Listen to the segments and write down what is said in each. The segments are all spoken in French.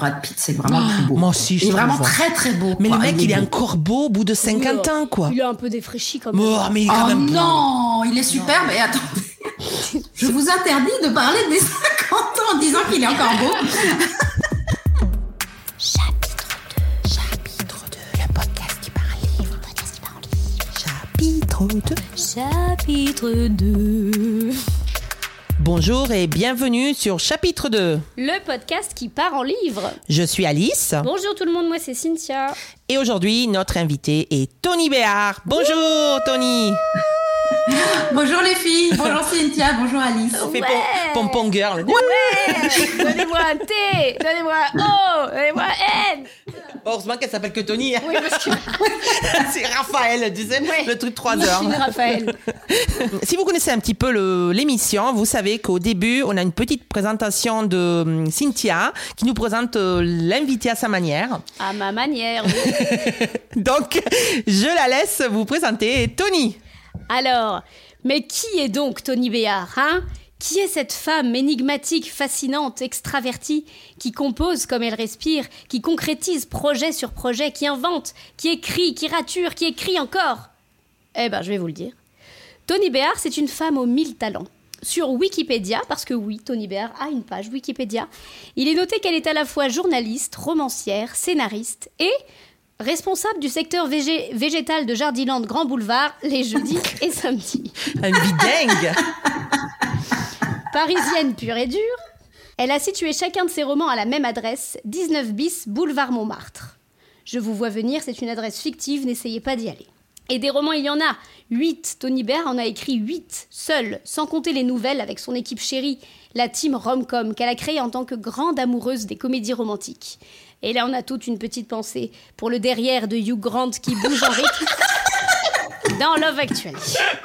Brad Pitt, c'est vraiment le plus beau. Moi aussi, je il est trouve. vraiment très très beau. Mais quoi. le mec, il est beau. encore beau au bout de 50 ans, quoi. Il est un peu défraîchi quand même. Oh, mais il est quand Oh même beau. non, il est superbe. Et attendez, je vous interdis de parler des 50 ans en disant qu'il est encore beau. Chapitre 2, le podcast qui parle livre. Chapitre 2. Chapitre 2. Bonjour et bienvenue sur Chapitre 2. Le podcast qui part en livre. Je suis Alice. Bonjour tout le monde, moi c'est Cynthia. Et aujourd'hui, notre invité est Tony Béard. Bonjour Tony. Bonjour les filles, bonjour Cynthia, bonjour Alice. On fait Ouais. pompon girl. Ouais. Donnez-moi un T, donnez-moi un O, donnez-moi un N. Heureusement qu'elle s'appelle que Tony. Oui, parce que C'est Raphaël, tu sais, Ouais. le truc 3 moi, je heures. suis Raphaël. Si vous connaissez un petit peu l'émission, vous savez qu'au début, on a une petite présentation de Cynthia qui nous présente l'invité à sa manière. À ma manière. Donc, je la laisse vous présenter Tony. Alors, mais qui est donc Tony Béard, hein ? Qui est cette femme énigmatique, fascinante, extravertie, qui compose comme elle respire, qui concrétise projet sur projet, qui invente, qui écrit, qui rature, qui écrit encore ? Eh ben, je vais vous le dire. Tony Béard, c'est une femme aux 1000 talents. Sur Wikipédia, parce que oui, Tony Béard a une page Wikipédia, il est noté qu'elle est à la fois journaliste, romancière, scénariste et responsable du secteur végétal de Jardiland Grand Boulevard les jeudis et samedis. Une vie dingue. Parisienne pure et dure, elle a situé chacun de ses romans à la même adresse, 19 bis, boulevard Montmartre. Je vous vois venir, c'est une adresse fictive, n'essayez pas d'y aller. Et des romans, il y en a 8. Tony Béard en a écrit 8, seul, sans compter les nouvelles avec son équipe chérie, la team Rom-Com, qu'elle a créée en tant que grande amoureuse des comédies romantiques. Et là, on a toute une petite pensée pour le derrière de Hugh Grant qui bouge en rythme dans Love Actually.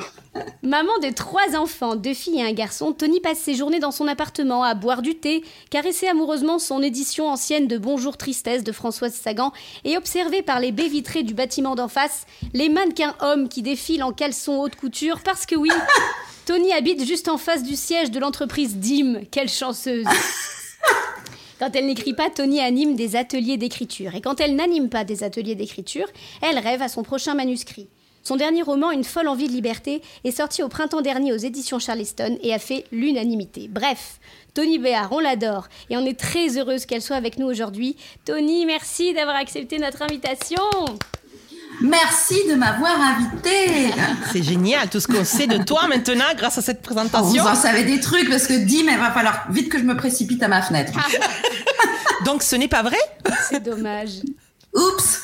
Maman de 3 enfants, 2 filles et un garçon, Tony passe ses journées dans son appartement à boire du thé, caresser amoureusement son édition ancienne de Bonjour Tristesse de Françoise Sagan et observer par les baies vitrées du bâtiment d'en face les mannequins hommes qui défilent en caleçon haute couture parce que oui, Tony habite juste en face du siège de l'entreprise DIM. Quelle chanceuse! Quand elle n'écrit pas, Tony anime des ateliers d'écriture. Et quand elle n'anime pas des ateliers d'écriture, elle rêve à son prochain manuscrit. Son dernier roman, Une folle envie de liberté, est sorti au printemps dernier aux éditions Charleston et a fait l'unanimité. Bref, Tony Béard, on l'adore et on est très heureuse qu'elle soit avec nous aujourd'hui. Tony, merci d'avoir accepté notre invitation. Merci de m'avoir invitée. C'est génial, tout ce qu'on sait de toi maintenant grâce à cette Vous présentation. en savez des trucs parce que Dim, il va falloir vite que je me précipite à ma fenêtre. Donc, ce n'est pas vrai? C'est dommage. Oups.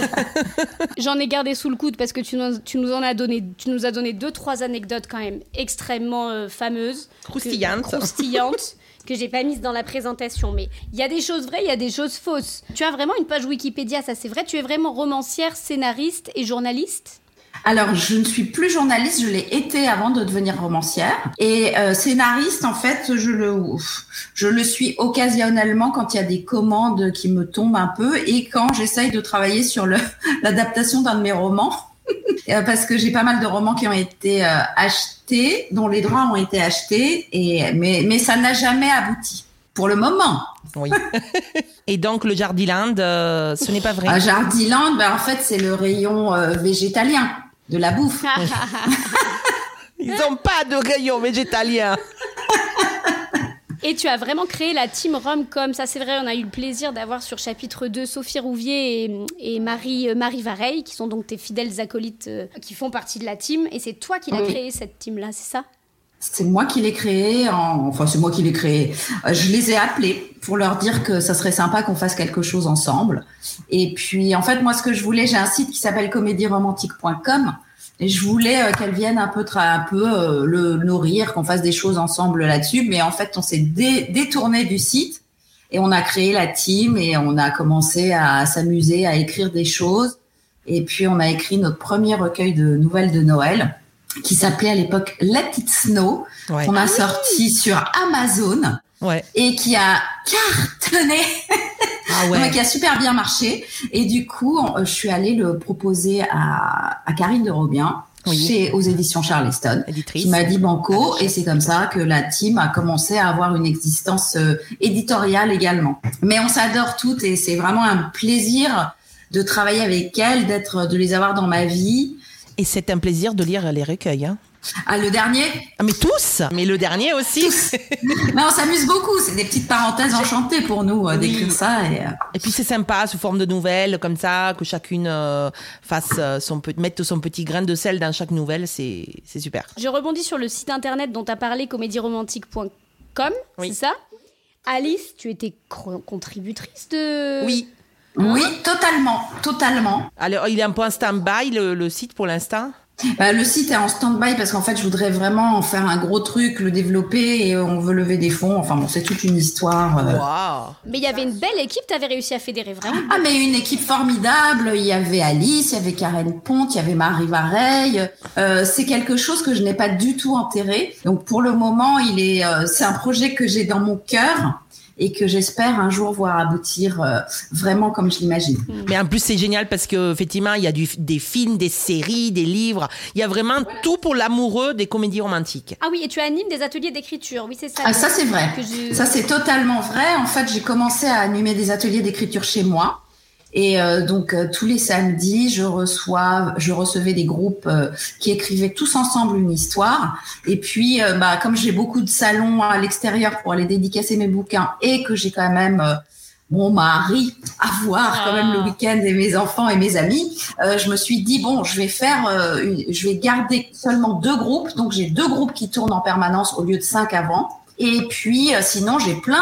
J'en ai gardé sous le coude parce que tu nous as donné 2-3 anecdotes quand même extrêmement fameuses. Croustillantes. Que j'ai pas mises dans la présentation. Mais il y a des choses vraies, il y a des choses fausses. Tu as vraiment une page Wikipédia, ça c'est vrai. Tu es vraiment romancière, scénariste et journaliste ? Alors, je ne suis plus journaliste, je l'ai été avant de devenir romancière. Et scénariste, en fait, je le suis occasionnellement quand il y a des commandes qui me tombent un peu et quand j'essaye de travailler sur l'adaptation d'un de mes romans. Parce que j'ai pas mal de romans qui ont été achetés, dont les droits ont été achetés, mais ça n'a jamais abouti. Pour le moment. Oui. Et donc, le Jardiland, ce n'est pas vrai? Jardiland, en fait, c'est le rayon végétalien de la bouffe. Ils n'ont pas de rayon végétalien. Et tu as vraiment créé la team Rom-Com. Ça, c'est vrai, on a eu le plaisir d'avoir sur chapitre 2 Sophie Rouvier et Marie Vareille, qui sont donc tes fidèles acolytes qui font partie de la team. Et c'est toi qui l'as créé, cette team-là, c'est ça? C'est moi qui l'ai créé. C'est moi qui l'ai créé. Je les ai appelés pour leur dire que ça serait sympa qu'on fasse quelque chose ensemble. Et puis, en fait, moi, ce que je voulais, j'ai un site qui s'appelle comédieromantique.com. Et je voulais qu'elle vienne un peu le nourrir, qu'on fasse des choses ensemble là-dessus. Mais en fait, on s'est détourné du site et on a créé la team et on a commencé à s'amuser, à écrire des choses. Et puis, on a écrit notre premier recueil de nouvelles de Noël qui s'appelait à l'époque Let It Snow, qu'on a sorti sur Amazon et qui a cartonné. Qui a super bien marché. Et du coup, je suis allée le proposer à Karine de Robien. aux éditions Charleston, éditrice, qui m'a dit banco, et c'est comme ça que la team a commencé à avoir une existence éditoriale également. Mais on s'adore toutes et c'est vraiment un plaisir de travailler avec elles, de les avoir dans ma vie. Et c'est un plaisir de lire les recueils. Hein. Ah, le dernier ? Ah, mais tous. Mais le dernier aussi. Mais on s'amuse beaucoup. C'est des petites parenthèses enchantées pour nous d'écrire ça. Et puis c'est sympa sous forme de nouvelles comme ça, que chacune mette son petit grain de sel dans chaque nouvelle. C'est super. Je rebondis sur le site internet dont tu as parlé, comédieromantique.com, c'est ça ? Alice, tu étais contributrice de... Oui. Oui, totalement. Alors, il est un peu en stand-by, le site, pour l'instant ? Le site est en stand-by parce qu'en fait, je voudrais vraiment en faire un gros truc, le développer et on veut lever des fonds. Enfin bon, c'est toute une histoire. Wow. Mais il y avait une belle équipe, tu avais réussi à fédérer vraiment. Ah, mais une équipe formidable. Il y avait Alice, il y avait Karen Ponte, il y avait Marie Vareille. C'est quelque chose que je n'ai pas du tout enterré. Donc pour le moment, c'est un projet que j'ai dans mon cœur et que j'espère un jour voir aboutir vraiment comme je l'imagine. Mais en plus, c'est génial parce qu'effectivement, il y a des films, des séries, des livres. Il y a vraiment tout pour l'amoureux des comédies romantiques. Ah oui, et tu animes des ateliers d'écriture. Oui, c'est ça. Ah, ça, c'est vrai. Ça, c'est totalement vrai. En fait, j'ai commencé à animer des ateliers d'écriture chez moi. Et donc tous les samedis, je recevais des groupes qui écrivaient tous ensemble une histoire. Et puis, comme j'ai beaucoup de salons à l'extérieur pour aller dédicacer mes bouquins et que j'ai quand même mon mari à voir quand même le week-end et mes enfants et mes amis, je me suis dit je vais garder seulement 2 groupes. Donc j'ai 2 groupes qui tournent en permanence au lieu de 5 avant. Et puis, sinon, j'ai plein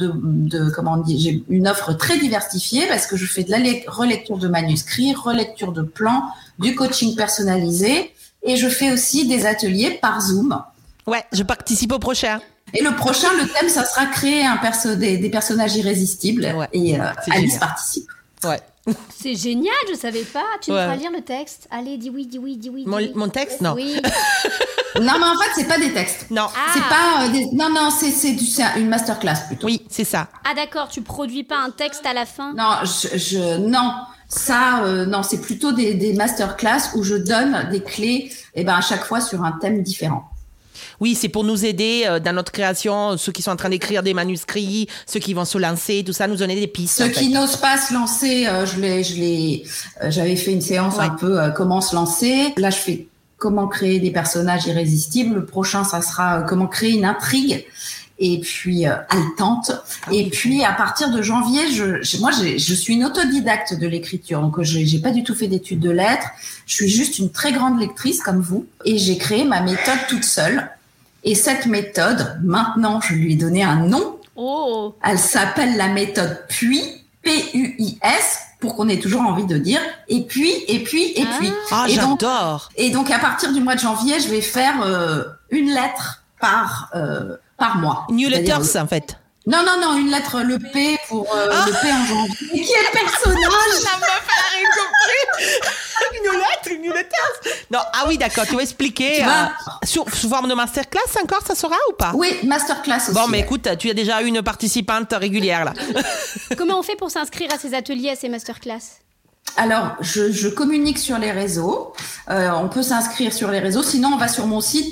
j'ai une offre très diversifiée parce que je fais de la relecture de manuscrits, relecture de plans, du coaching personnalisé et je fais aussi des ateliers par Zoom. Ouais, je participe au prochain. Et le prochain, le thème, ça sera créer des personnages irrésistibles. Ouais, et Alice participe. Ouais. C'est génial, je savais pas. Tu nous feras lire le texte. Allez, dis oui. Mon texte, non. Oui. Non, mais en fait, c'est pas des textes. Non. C'est pas non, c'est une masterclass plutôt. Oui, c'est ça. Ah d'accord, tu produis pas un texte à la fin ? Non, non. Ça, non, c'est plutôt des masterclass où je donne des clés, à chaque fois sur un thème différent. Oui, c'est pour nous aider dans notre création, ceux qui sont en train d'écrire des manuscrits, ceux qui vont se lancer, tout ça, nous donner des pistes. Ceux qui n'osent pas se lancer, j'avais fait une séance un peu comment se lancer. Là, je fais comment créer des personnages irrésistibles. Le prochain, ça sera comment créer une intrigue et puis haletante. Et puis à partir de janvier, je suis une autodidacte de l'écriture, donc j'ai pas du tout fait d'études de lettres. Je suis juste une très grande lectrice comme vous et j'ai créé ma méthode toute seule. Et cette méthode, maintenant, je lui ai donné un nom. Oh. Elle s'appelle la méthode PUIS, P-U-I-S, pour qu'on ait toujours envie de dire et puis. Ah, j'adore. Et donc à partir du mois de janvier, je vais faire une lettre par mois. Newsletters, en fait. Non, une lettre, le P pour le P en janvier. Qui est le personnage? La meuf, elle a rien compris. Une lettre. Non, ah oui, d'accord, tu vas expliquer. Sous forme de masterclass encore, ça sera ou pas? Oui, masterclass aussi. Bon, mais écoute, tu as déjà une participante régulière, là. Comment on fait pour s'inscrire à ces ateliers, à ces masterclass? Alors, je communique sur les réseaux. On peut s'inscrire sur les réseaux. Sinon, on va sur mon site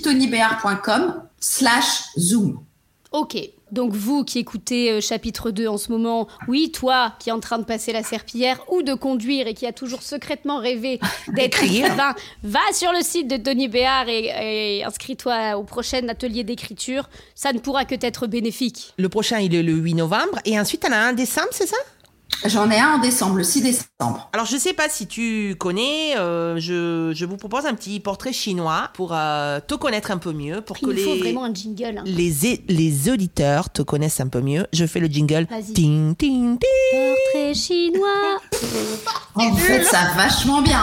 tonybéard.com/zoom. Ok. Donc vous qui écoutez chapitre 2 en ce moment, oui, toi qui es en train de passer la serpillière ou de conduire et qui a toujours secrètement rêvé d'être écrivain, va sur le site de Tony Béard et inscris-toi au prochain atelier d'écriture. Ça ne pourra que être bénéfique. Le prochain, il est le 8 novembre et ensuite, il y en a un en décembre, c'est ça? J'en ai un en décembre, le 6 décembre. Alors, je ne sais pas si tu connais, je vous propose un petit portrait chinois pour te connaître un peu mieux. Il nous faut vraiment un jingle. Hein. Les auditeurs te connaissent un peu mieux. Je fais le jingle. Vas-y. Ting, ting, ting. Portrait chinois. En fait, ça va vachement bien.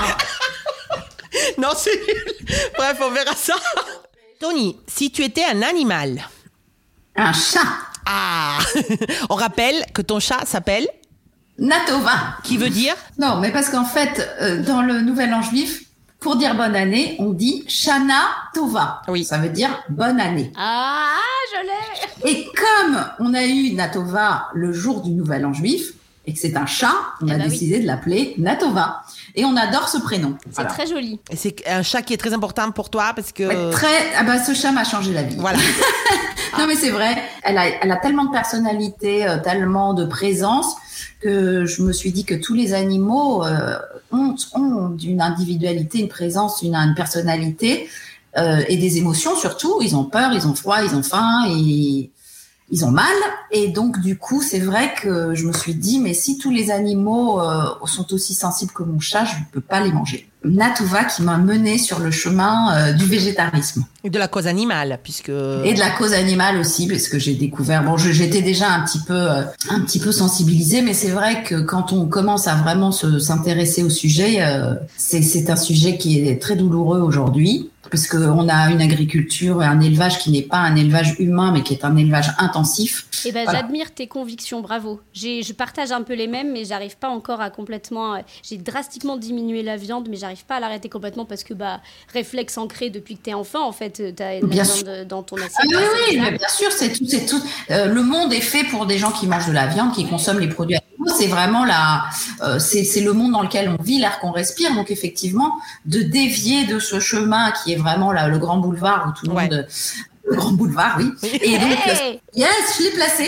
Non, c'est nul. Bref, on verra ça. Tony, si tu étais un animal. Un chat. Ah. On rappelle que ton chat s'appelle Natova. Qui veut dire? Non, mais parce qu'en fait, dans le Nouvel An juif, pour dire bonne année, on dit Shana Tova. Oui. Ça veut dire bonne année. Ah, je l'ai. Et comme on a eu Natova le jour du Nouvel An juif, et que c'est un chat, on a décidé de l'appeler Natova. Et on adore ce prénom. C'est très joli. Et c'est un chat qui est très important pour toi parce que... ce chat m'a changé la vie. Voilà. Non, mais c'est vrai. Elle a tellement de personnalité, tellement de présence que je me suis dit que tous les animaux ont une individualité, une présence, une personnalité et des émotions surtout. Ils ont peur, ils ont froid, ils ont faim et ils ont mal. Et donc, du coup, c'est vrai que je me suis dit, mais si tous les animaux sont aussi sensibles que mon chat, je ne peux pas les manger. Natova qui m'a menée sur le chemin du végétarisme. Et de la cause animale, puisque... Et de la cause animale aussi, parce que j'ai découvert... Bon, j'étais déjà un petit peu sensibilisée, mais c'est vrai que quand on commence à vraiment s'intéresser au sujet, c'est un sujet qui est très douloureux aujourd'hui, parce qu'on a une agriculture et un élevage qui n'est pas un élevage humain, mais qui est un élevage intensif. Eh ben, voilà. J'admire tes convictions, bravo. Je partage un peu les mêmes, mais j'arrive pas encore à complètement... J'ai drastiquement diminué la viande, mais j'arrive pas à l'arrêter complètement parce que, réflexe ancré depuis que t'es enfant, en fait, t'as de la viande dans ton assiette. Oui, bien sûr, c'est tout. Le monde est fait pour des gens qui mangent de la viande, qui consomment les produits animaux. C'est vraiment c'est le monde dans lequel on vit, l'air qu'on respire. Donc, effectivement, de dévier de ce chemin qui est vraiment le grand boulevard où tout le monde... Le grand boulevard, oui. Et donc, yes, je l'ai placé.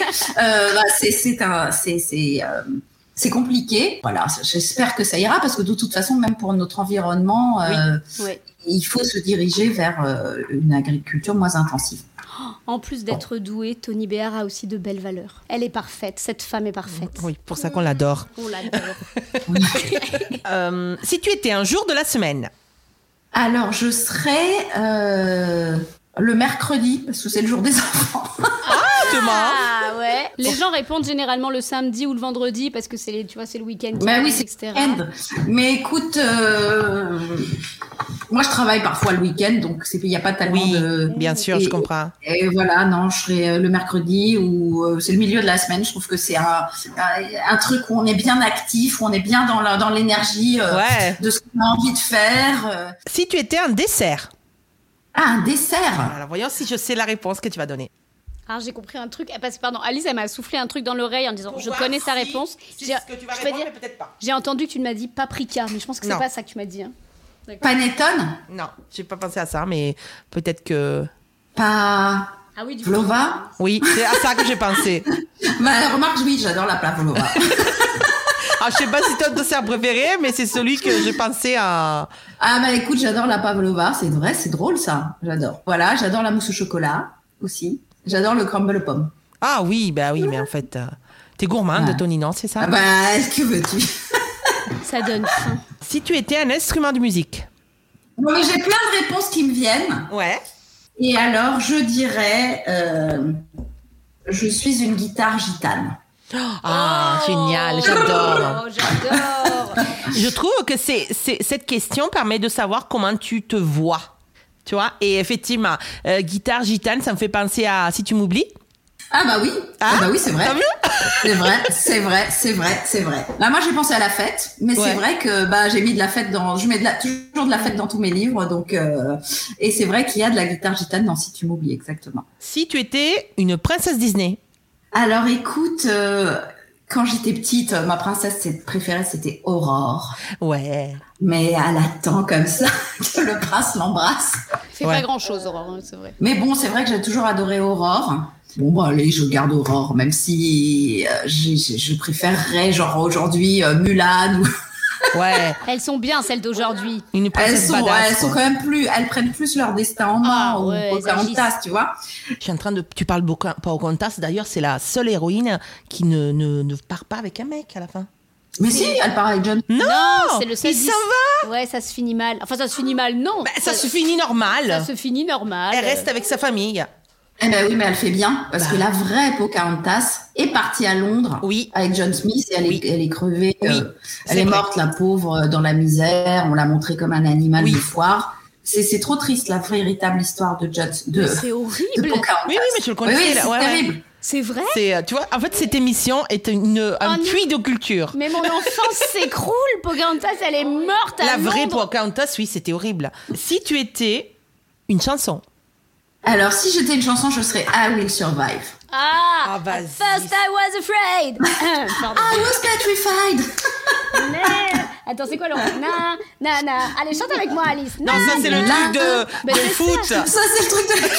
C'est compliqué. Voilà, j'espère que ça ira parce que de toute façon, même pour notre environnement, il faut se diriger vers une agriculture moins intensive. En plus d'être douée, Tony Béard a aussi de belles valeurs. Elle est parfaite, cette femme est parfaite. Oui, pour ça qu'on l'adore. On l'adore. Si tu étais un jour de la semaine. Alors, je serais le mercredi, parce que c'est le jour des enfants. Ah ouais. Les gens répondent généralement le samedi ou le vendredi parce que c'est le week-end. Oui, c'est etc. Mais écoute, moi je travaille parfois le week-end, donc il n'y a pas tellement de. Bien sûr, je comprends. Et voilà, non, je serai le mercredi ou c'est le milieu de la semaine. Je trouve que c'est un truc où on est bien actif, où on est bien dans l'énergie de ce qu'on a envie de faire. Si tu étais un dessert. Ah, un dessert. Alors voyons si je sais la réponse que tu vas donner. Alors j'ai compris un truc, parce que pardon, Alice elle m'a soufflé un truc dans l'oreille en disant je connais sa réponse. C'est ce que tu vas répondre, mais peut-être pas. J'ai entendu que tu m'as dit paprika, mais je pense que c'est pas ça que tu m'as dit. Hein. Panettone ? Non, j'ai pas pensé à ça, mais peut-être que... Pavlova ? Oui, c'est à ça que j'ai pensé. Remarque, oui, j'adore la pavlova. Alors, je sais pas si c'est ton dessert préféré, mais c'est celui que j'ai pensé à... Écoute, j'adore la pavlova, c'est vrai, c'est drôle ça, j'adore. Voilà, j'adore la mousse au chocolat aussi. J'adore le crumble aux pommes. Ah oui, mais en fait, t'es gourmande, Tony, non, c'est ça ? Que veux-tu ? Ça donne faim. Si tu étais un instrument de musique. Bon, mais j'ai plein de réponses qui me viennent. Ouais. Et alors, je dirais, je suis une guitare gitane. Génial, j'adore. J'adore. Je trouve que cette question permet de savoir comment tu te vois. Tu vois, et effectivement, guitare gitane, ça me fait penser à Si tu m'oublies. Oui, oui, c'est vrai. T'as vu ? C'est vrai. Là, moi, j'ai pensé à la fête, mais c'est vrai que j'ai mis de la fête je mets toujours de la fête dans tous mes livres, donc et c'est vrai qu'il y a de la guitare gitane dans Si tu m'oublies, exactement. Si tu étais une princesse Disney. Alors, écoute. Quand j'étais petite, ma princesse préférée, c'était Aurore. Ouais. Mais elle attend comme ça que le prince l'embrasse. Fait pas grand-chose, Aurore, hein, c'est vrai. Mais bon, c'est vrai que j'ai toujours adoré Aurore. Bon, allez, je garde Aurore, même si je préférerais, genre, aujourd'hui, Mulan ou... Ouais. Elles sont bien, celles d'aujourd'hui. Une princesse badass. Elles sont quand même elles prennent plus leur destin en main, ou Pocahontas, tu vois. Tu parles Pocahontas, d'ailleurs, c'est la seule héroïne qui ne part pas avec un mec à la fin. Mais si, elle part avec John. Non, c'est le seul. Il s'en va. Ouais, ça se finit mal. Enfin, ça se finit mal, non. Ça se finit normal. Ça se finit normal. Elle reste avec sa famille. Eh ben oui, mais elle fait bien, parce que la vraie Pocahontas est partie à Londres avec John Smith et elle est crevée. Elle est morte, la pauvre, dans la misère. On l'a montrée comme un animal de foire. C'est trop triste, la véritable histoire de c'est horrible. De Pocahontas. Oui, mais je le connais. Oui, c'est terrible. C'est vrai. Tu vois, en fait, cette émission est un puits de culture. Mais mon enfance s'écroule. Pocahontas, elle est morte à Londres. La vraie Pocahontas, oui, c'était horrible. Si tu étais une chanson. Alors, si j'étais une chanson, je serais I Will Survive. Ah, vas-y. At first I was afraid. Pardon. I was petrified. Attends, c'est quoi le na. Allez, chante avec moi, Alice. Non, ça c'est le truc de foot. Ça, c'est le truc de...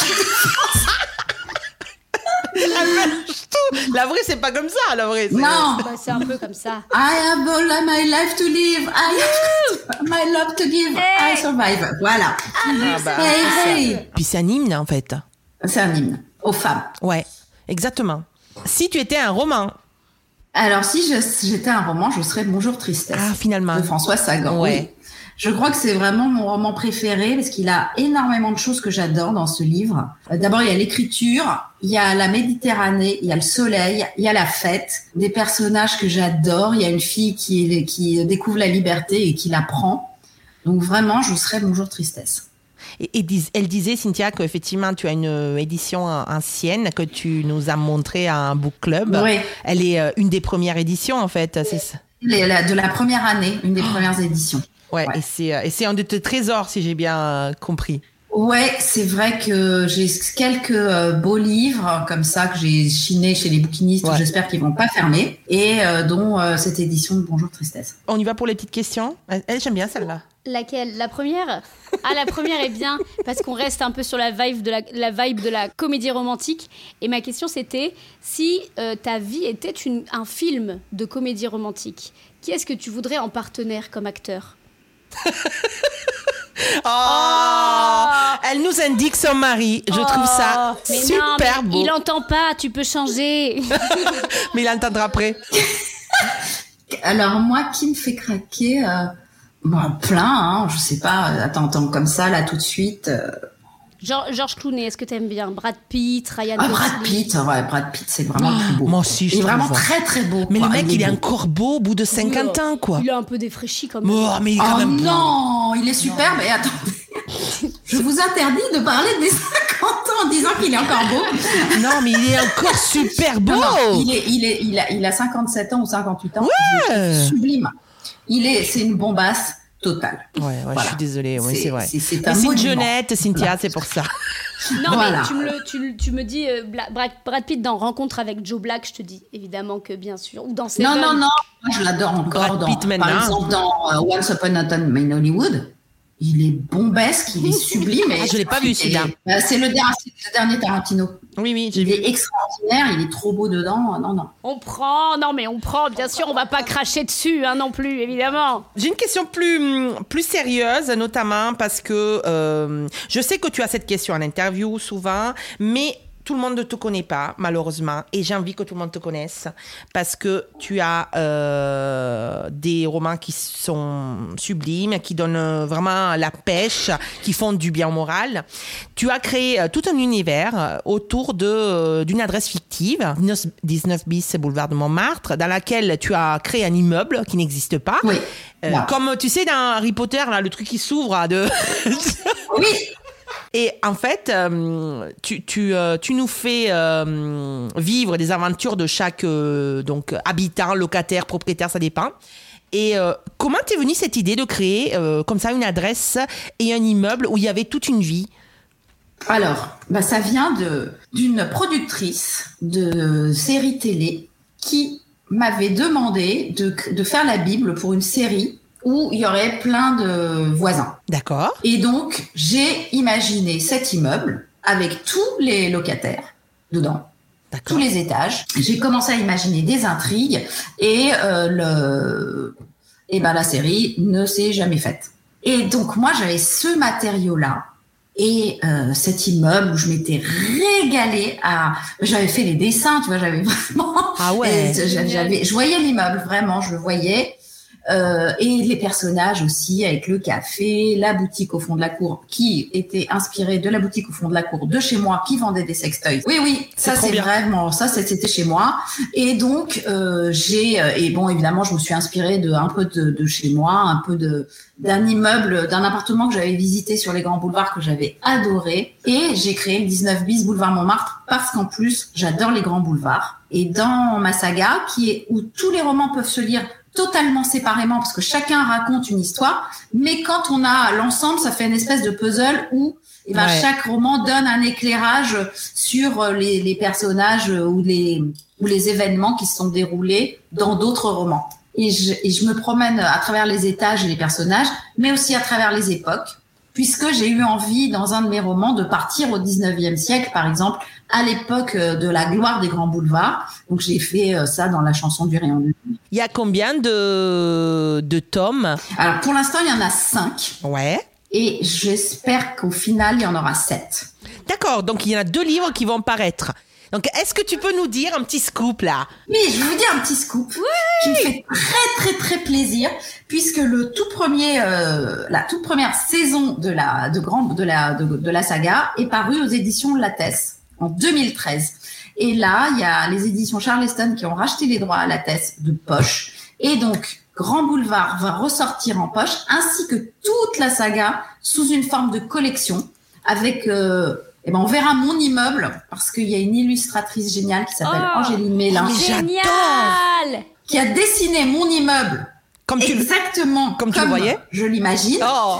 La vraie, c'est pas comme ça, la vraie. Non. Bah, c'est un peu comme ça. I have all my life to live. I have my love to give. I survive. Voilà. Ah bah, Hey. Puis c'est un hymne, en fait. C'est un hymne aux femmes. Ouais, exactement. Si tu étais un roman. Alors, si j'étais un roman, je serais Bonjour Tristesse. Ah, finalement. De François Sagan. Ouais. Oui. Je crois que c'est vraiment mon roman préféré parce qu'il a énormément de choses que j'adore dans ce livre. D'abord, il y a l'écriture, il y a la Méditerranée, il y a le soleil, il y a la fête, des personnages que j'adore. Il y a une fille qui découvre la liberté et qui la prend. Donc vraiment, je serais Bonjour Tristesse. Elle disait, Cynthia, qu'effectivement, tu as une édition ancienne que tu nous as montrée à un book club. Oui. Elle est une des premières éditions, en fait. C'est ça. De la première année, une des premières éditions. Ouais. Et c'est un de tes trésors, si j'ai bien compris. Ouais, c'est vrai que j'ai quelques beaux livres comme ça que j'ai chinés chez les bouquinistes. Ouais. J'espère qu'ils vont pas fermer. Et dont cette édition de Bonjour Tristesse. On y va pour les petites questions. J'aime bien celle-là. Laquelle? La première? Ah, la première est bien parce qu'on reste un peu sur la vibe de la comédie romantique. Et ma question c'était si ta vie était un film de comédie romantique, qui est-ce que tu voudrais en partenaire comme acteur? Elle nous indique son mari. Je trouve ça super beau. Il entend pas, tu peux changer. Mais il entendra après. Alors moi, qui me fait craquer plein, hein, je sais pas. Attends, comme ça, là, tout de suite. George Clooney, est-ce que t'aimes bien? Brad Pitt, Ryan Gosling. Brad Pitt, c'est vraiment le plus beau. Moi aussi, il est vraiment très très beau. Mais le mec, il est encore beau au bout de 50 ans, quoi. Il est un peu défraîchi quand même. Oh, mais il est quand même non, il est super, mais attendez. Je vous interdis de parler des 50 ans en disant qu'il est encore beau. Non, mais il est encore super beau. Non, il a 57 ans ou 58 ans. Ouais. Sublime. C'est une bombasse totale. Ouais, voilà. Je suis désolée, ouais, c'est vrai. C'est un monument. Jeunette, Cynthia, c'est pour ça. Non, voilà. Mais tu me dis Brad Pitt dans Rencontre avec Joe Black, je te dis évidemment que bien sûr. Ou dans Seven. Non, moi je l'adore encore. Brad Pitt par exemple, dans Once Upon a Time in Hollywood. Il est bombesque, il est sublime. Je l'ai pas vu celui-là. C'est le dernier Tarantino. Oui, j'ai vu. Il est extraordinaire, il est trop beau dedans. Non. On prend, bien sûr, on va pas cracher dessus, hein, non plus, évidemment. J'ai une question plus sérieuse, notamment parce que je sais que tu as cette question en interview souvent, mais tout le monde ne te connaît pas, malheureusement, et j'ai envie que tout le monde te connaisse parce que tu as des romans qui sont sublimes, qui donnent vraiment la pêche, qui font du bien au moral. Tu as créé tout un univers autour d'une adresse fictive, 19 bis boulevard de Montmartre, dans laquelle tu as créé un immeuble qui n'existe pas. Oui. Comme tu sais dans Harry Potter, là, le truc qui s'ouvre de... Oui. Et en fait, tu nous fais vivre des aventures de chaque habitant, locataire, propriétaire, ça dépend. Et comment t'es venue cette idée de créer comme ça une adresse et un immeuble où il y avait toute une vie? Alors, ça vient d'une productrice de série télé qui m'avait demandé de faire la Bible pour une série où il y aurait plein de voisins. D'accord. Et donc, j'ai imaginé cet immeuble avec tous les locataires dedans, tous les étages. J'ai commencé à imaginer des intrigues et la série ne s'est jamais faite. Et donc, moi, j'avais ce matériau-là et cet immeuble où je m'étais régalée j'avais fait les dessins, tu vois, j'avais vraiment... Ah ouais. Je voyais l'immeuble, vraiment, je le voyais. Et les personnages aussi, avec le café, la boutique au fond de la cour, qui était inspirée de la boutique au fond de la cour de chez moi, qui vendait des sextoys. Oui, ça c'est vraiment, c'était chez moi. Et donc évidemment, je me suis inspirée un peu de chez moi, un peu d'un immeuble, d'un appartement que j'avais visité sur les grands boulevards que j'avais adoré. Et j'ai créé le 19 bis boulevard Montmartre parce qu'en plus, j'adore les grands boulevards. Et dans ma saga, où tous les romans peuvent se lire totalement séparément parce que chacun raconte une histoire, mais quand on a l'ensemble, ça fait une espèce de puzzle où Et ben Ouais. chaque roman donne un éclairage sur les personnages ou les événements qui se sont déroulés dans d'autres romans. Et je me promène à travers les étages et les personnages, mais aussi à travers les époques, puisque j'ai eu envie, dans un de mes romans, de partir au 19e siècle, par exemple, à l'époque de la gloire des grands boulevards. Donc, j'ai fait ça dans la chanson du Rayon de Lune. Il y a combien de tomes? Alors, pour l'instant, il y en a 5. Ouais. Et j'espère qu'au final, il y en aura 7. D'accord, donc il y en a 2 livres qui vont paraître. Donc, est-ce que tu peux nous dire un petit scoop là? Oui, je vais vous dire un petit scoop qui me fait très très très plaisir, puisque la toute première saison de la saga est parue aux éditions Lattès en 2013. Et là, il y a les éditions Charleston qui ont racheté les droits à Lattès de poche, et donc Grand Boulevard va ressortir en poche, ainsi que toute la saga sous une forme de collection avec on verra mon immeuble, parce qu'il y a une illustratrice géniale qui s'appelle Angéline Mélin, Génial! qui a dessiné mon immeuble Comme tu le voyais, je l'imagine,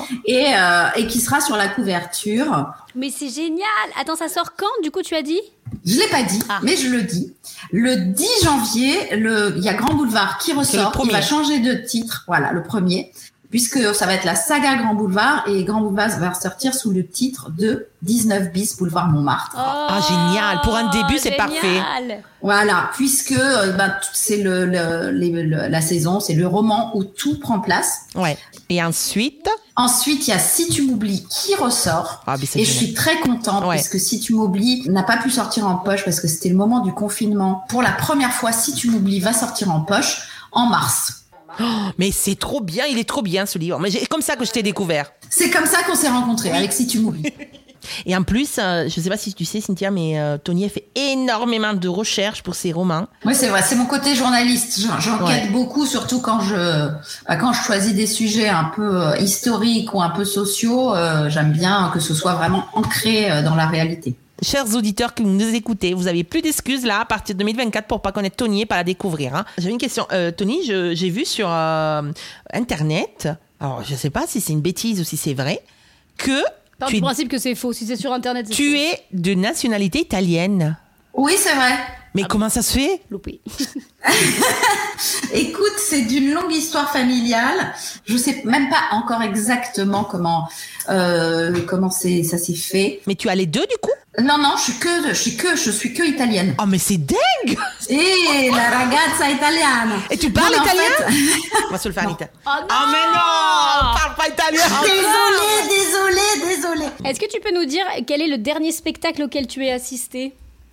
et qui sera sur la couverture. Mais c'est génial! Attends, ça sort quand, du coup, tu as dit? Je l'ai pas dit, mais je le dis. Le 10 janvier, il y a Grand Boulevard qui ressort. Il va changer de titre. Voilà, le premier. Puisque ça va être la saga Grand Boulevard, et Grand Boulevard va sortir sous le titre de 19 bis Boulevard Montmartre. Génial. Pour un début, c'est parfait. Voilà, puisque c'est la saison, c'est le roman où tout prend place. Ouais. Et ensuite, il y a Si tu m'oublies qui ressort. Et je suis très contente, puisque Si tu m'oublies n'a pas pu sortir en poche parce que c'était le moment du confinement. Pour la première fois, Si tu m'oublies va sortir en poche en mars. Mais c'est trop bien, il est trop bien ce livre. Mais c'est comme ça que je t'ai découvert. C'est comme ça qu'on s'est rencontrés, avec Si tu m'oublies. Et en plus, je sais pas si tu sais, Cynthia, mais Tony a fait énormément de recherches pour ses romans. Oui, c'est vrai, c'est mon côté journaliste. J'enquête beaucoup, surtout quand je choisis des sujets un peu historiques ou un peu sociaux. J'aime bien que ce soit vraiment ancré dans la réalité. Chers auditeurs qui nous écoutez, vous avez plus d'excuses là à partir de 2024 pour pas connaître Tony et pas la découvrir. Hein. J'avais une question. Tony, j'ai vu sur Internet, alors je sais pas si c'est une bêtise ou si c'est vrai, que Par le principe que c'est faux. Si c'est sur Internet, c'est tu faux. es de nationalité italienne. Oui, c'est vrai. Mais comment ça se fait? Loupé. Écoute, c'est d'une longue histoire familiale. Je sais même pas encore exactement comment ça s'est fait. Mais tu as les deux du coup? Non, je suis que italienne. Oh mais c'est dingue! Et la ragazza italiana. Et tu parles italien? On va se le faire en italien. Oh non! Oh mais non! On parle pas italien! Désolée. Est-ce que tu peux nous dire quel est le dernier spectacle auquel tu es assisté?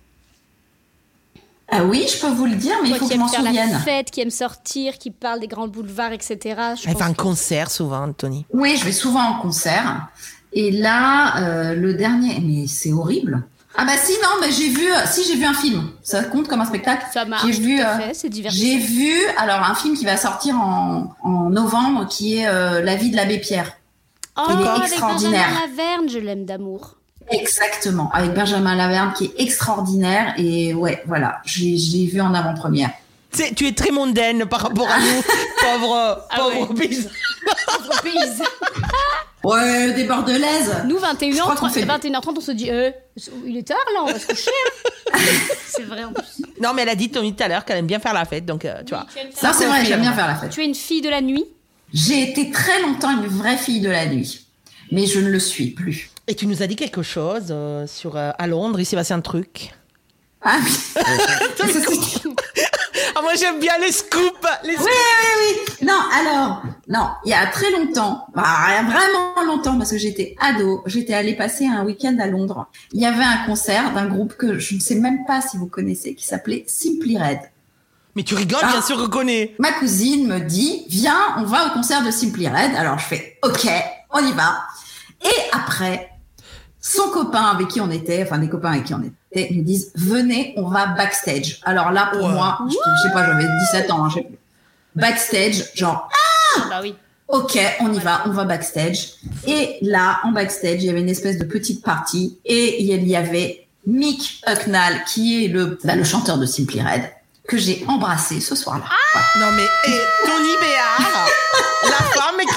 Ah oui, je peux vous le dire, mais il faut que je m'en Toi qui aime faire souvienne. la fête, qui aime sortir, qui parle des grands boulevards, etc. Elle fait un concert souvent, Tony. Oui, je vais souvent en concert. Et là, le dernier, mais c'est horrible. Ah bah si, non, mais j'ai vu un film. Ça compte comme un spectacle? Ça marche, J'ai vu, tout à fait, c'est divertissant. J'ai vu, alors, un film qui va sortir en novembre, qui est La vie de l'abbé Pierre. Oh, Il est avec extraordinaire. Benjamin Laverne, je l'aime d'amour. Exactement, avec Benjamin Laverne, qui est extraordinaire. Et ouais, voilà, j'ai vu en avant-première. Tu es très mondaine par rapport à nous, pauvre paysan. Pauvre paysan. Ouais, des Bordelaises. Nous, Je crois qu'on 21h30, on se dit, il est tard là, on va se coucher. C'est vrai en plus. Non, mais elle a dit Tony tout à l'heure qu'elle aime bien faire la fête, donc tu vois. Ça, c'est vrai, j'aime bien faire la fête. Tu es une fille de la nuit? J'ai été très longtemps une vraie fille de la nuit, mais je ne le suis plus. Et tu nous as dit quelque chose sur à Londres, il s'est passé un truc. Ah oui. Ah, moi j'aime bien les scoops. Oui. Non, il y a très longtemps, vraiment longtemps, parce que j'étais ado, j'étais allée passer un week-end à Londres. Il y avait un concert d'un groupe que je ne sais même pas si vous connaissez, qui s'appelait Simply Red. Mais tu rigoles, bien sûr, reconnais. Ma cousine me dit, viens, on va au concert de Simply Red. Alors je fais, ok, on y va. Et après, son copain avec qui on était, enfin des copains avec qui on était, me disent, venez, on va backstage. Alors là, pour moi, je sais pas, j'avais 17 ans, je sais plus. Backstage, genre, Bah oui. ok, on y va, on va backstage. Et là, en backstage, il y avait une espèce de petite partie et il y avait Mick Hucknall, qui est le chanteur de Simply Red, que j'ai embrassé ce soir-là. Non mais Tony Béard, la femme qui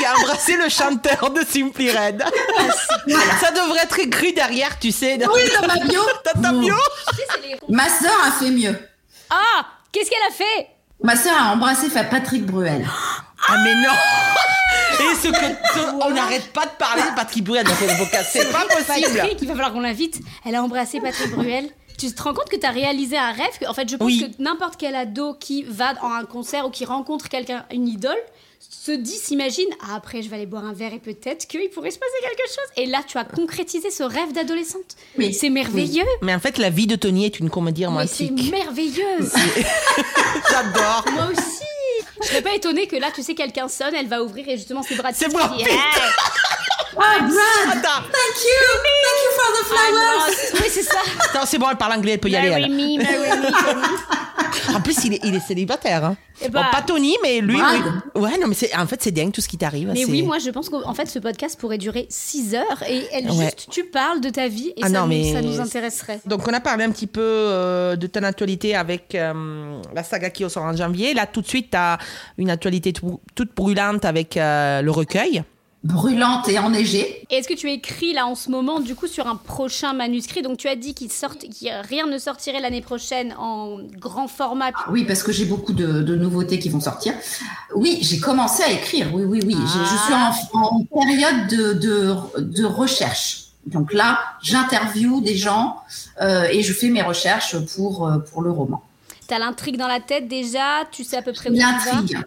a embrassé le chanteur de Simply Red. Ça devrait être écrit derrière, tu sais. Oui, dans ma bio. Dans ta bio. Ma sœur a fait mieux. Ah, qu'est-ce qu'elle a fait? Ma sœur a embrassé Patrick Bruel. Ah mais non. Et on n'arrête pas de parler de Patrick Bruel dans ce podcast. C'est pas possible. Patrick, il va falloir qu'on l'invite. Elle a embrassé Patrick Bruel. Tu te rends compte que tu as réalisé un rêve en fait, je pense que n'importe quel ado qui va en un concert ou qui rencontre quelqu'un, une idole, s'imagine après je vais aller boire un verre et peut-être qu'il pourrait se passer quelque chose. Et là, tu as concrétisé ce rêve d'adolescente. Oui. C'est merveilleux. Oui. Mais en fait, la vie de Tony est une comédie romantique. Mais c'est merveilleuse. J'adore. Moi aussi. Je serais pas étonnée que là, tu sais, quelqu'un sonne, elle va ouvrir et justement c'est Brad Pitt. C'est Brad Pitt. Oh, Brad! Thank you for the flowers! Oui, c'est ça. Non, c'est bon, elle parle anglais, elle peut y aller. Marry me. En plus, il est célibataire. Hein. Bah, bon, pas Tony, mais lui, Brad. oui. Ouais, non, mais en fait, c'est dingue tout ce qui t'arrive. Mais oui, moi, je pense qu'en fait, ce podcast pourrait durer 6 heures et juste, tu parles de ta vie et ça nous intéresserait. Donc, on a parlé un petit peu de ton actualité avec la saga qui sort en janvier. Là, tout de suite, tu as une actualité toute brûlante avec le recueil. Brûlante et enneigée. Et est-ce que tu écris là en ce moment du coup sur un prochain manuscrit? Donc tu as dit qu'il rien ne sortirait l'année prochaine en grand format. Oui, parce que j'ai beaucoup de nouveautés qui vont sortir. Oui, j'ai commencé à écrire. Oui. Je suis en période de recherche. Donc là, j'interviewe des gens et je fais mes recherches pour le roman. T'as l'intrigue dans la tête déjà? Tu sais à peu près où tu vas? L'intrigue.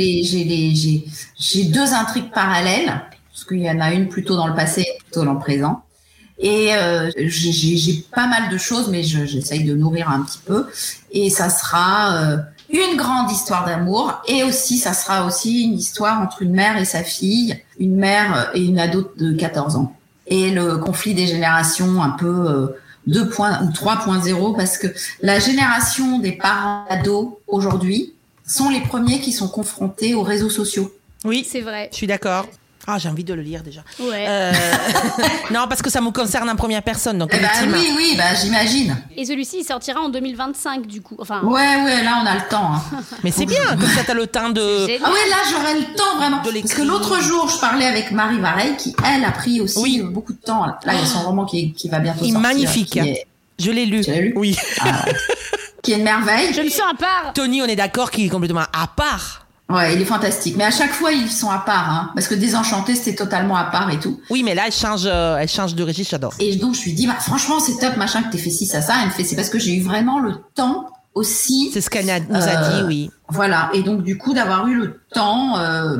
J'ai 2 intrigues parallèles, parce qu'il y en a une plutôt dans le passé et plutôt dans le présent. Et j'ai pas mal de choses, mais j'essaye de nourrir un petit peu. Et ça sera une grande histoire d'amour. Et aussi, ça sera aussi une histoire entre une mère et sa fille, une mère et une ado de 14 ans. Et le conflit des générations un peu... 2. ou 3.0, parce que la génération des parents ados aujourd'hui sont les premiers qui sont confrontés aux réseaux sociaux. Oui, c'est vrai. Je suis d'accord. Ah, j'ai envie de le lire déjà. Ouais. Non, parce que ça me concerne en première personne. Donc oui, j'imagine. Et celui-ci, il sortira en 2025 du coup. Enfin. Ouais, là on a le temps. Hein. Mais c'est bien, comme ça t'as le temps de... Ah ouais, là j'aurai le temps vraiment. Parce que l'autre jour, je parlais avec Marie Vareille qui, elle, a pris aussi beaucoup de temps. Là, il y a son roman qui va bientôt sortir. Magnifique. Je l'ai lu. Tu l'as lu? Oui. Qui est une merveille. Je me sens à part. Tony, on est d'accord qu'il est complètement à part. Ouais, il est fantastique. Mais à chaque fois, ils sont à part, hein. Parce que Désenchanté, c'était totalement à part et tout. Oui, mais là, elle change de registre, j'adore. Et donc, je lui dis, franchement, c'est top, machin, que t'aies fait ci, ça. Elle me fait, c'est parce que j'ai eu vraiment le temps aussi. C'est ce qu'elle nous a dit, oui. Voilà. Et donc, du coup, d'avoir eu le temps,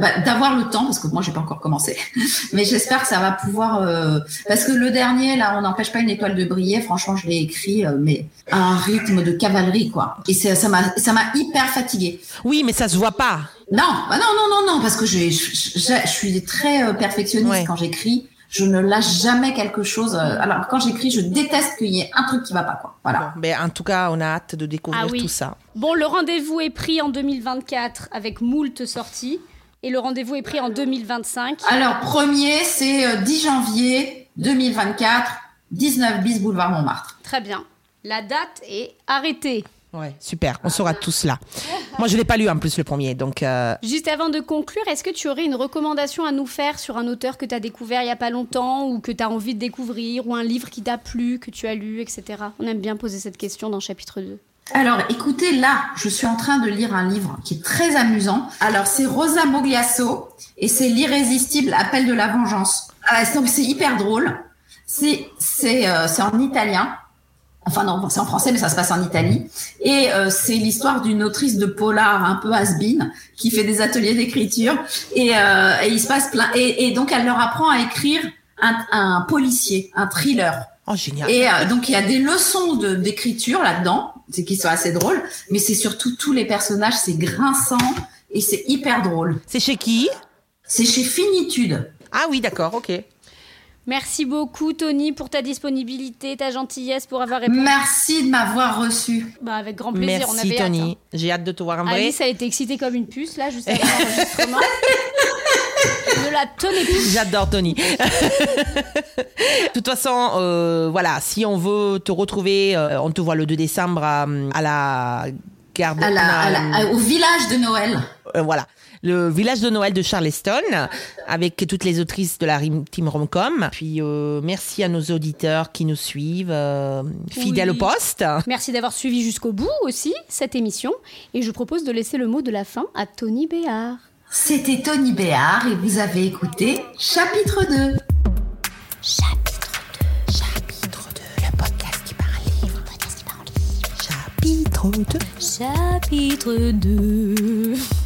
parce que moi, j'ai pas encore commencé. Mais j'espère que ça va pouvoir, parce que le dernier, là, on n'empêche pas une étoile de briller. Franchement, je l'ai écrit, mais à un rythme de cavalerie, quoi. Et ça m'a hyper fatiguée. Oui, mais ça se voit pas. Non, parce que je suis très perfectionniste quand j'écris. Je ne lâche jamais quelque chose. Alors, quand j'écris, je déteste qu'il y ait un truc qui va pas, quoi. Voilà. Bon, en tout cas, on a hâte de découvrir tout ça. Bon, le rendez-vous est pris en 2024 avec moult sorties. Et le rendez-vous est pris en 2025. Alors, premier, c'est 10 janvier 2024, 19 bis boulevard Montmartre. Très bien. La date est arrêtée. Ouais, super. On sera tous là. Moi, je l'ai pas lu en plus le premier, donc. Juste avant de conclure, est-ce que tu aurais une recommandation à nous faire sur un auteur que tu as découvert il y a pas longtemps ou que tu as envie de découvrir ou un livre qui t'a plu, que tu as lu, etc. On aime bien poser cette question dans chapitre 2. Alors, écoutez, là, je suis en train de lire un livre qui est très amusant. Alors, c'est Rosa Mogliasso et c'est L'irrésistible appel de la vengeance. Donc, c'est hyper drôle. C'est en italien. Enfin non, c'est en français, mais ça se passe en Italie. Et c'est l'histoire d'une autrice de polar un peu has-been qui fait des ateliers d'écriture. Et il se passe plein. Et donc, elle leur apprend à écrire un policier, un thriller. Oh, génial. Et donc, il y a des leçons d'écriture là-dedans, c'est qui sont assez drôles. Mais c'est surtout tous les personnages, c'est grinçant et c'est hyper drôle. C'est chez qui? C'est chez Finitude. Ah oui, d'accord, ok. Merci beaucoup, Tony, pour ta disponibilité, ta gentillesse, pour avoir répondu. Merci de m'avoir reçu. Avec grand plaisir. Merci, on avait Tony. hâte, hein. J'ai hâte de te voir en vrai. Alice a été excitée comme une puce, là, juste avant l'enregistrement. Ne la tenez plus. J'adore Tony. De toute façon, voilà, si on veut te retrouver, on te voit le 2 décembre à la... Au village de Noël. voilà, le village de Noël de Charleston, avec toutes les autrices de la Team Romcom. Puis merci à nos auditeurs qui nous suivent, fidèles au poste. Merci d'avoir suivi jusqu'au bout aussi cette émission. Et je propose de laisser le mot de la fin à Tony Béard. C'était Tony Béard et vous avez écouté Chapitre 2. Chapitre 2, le podcast qui parle livre. Chapitre 2. Chapitre 2.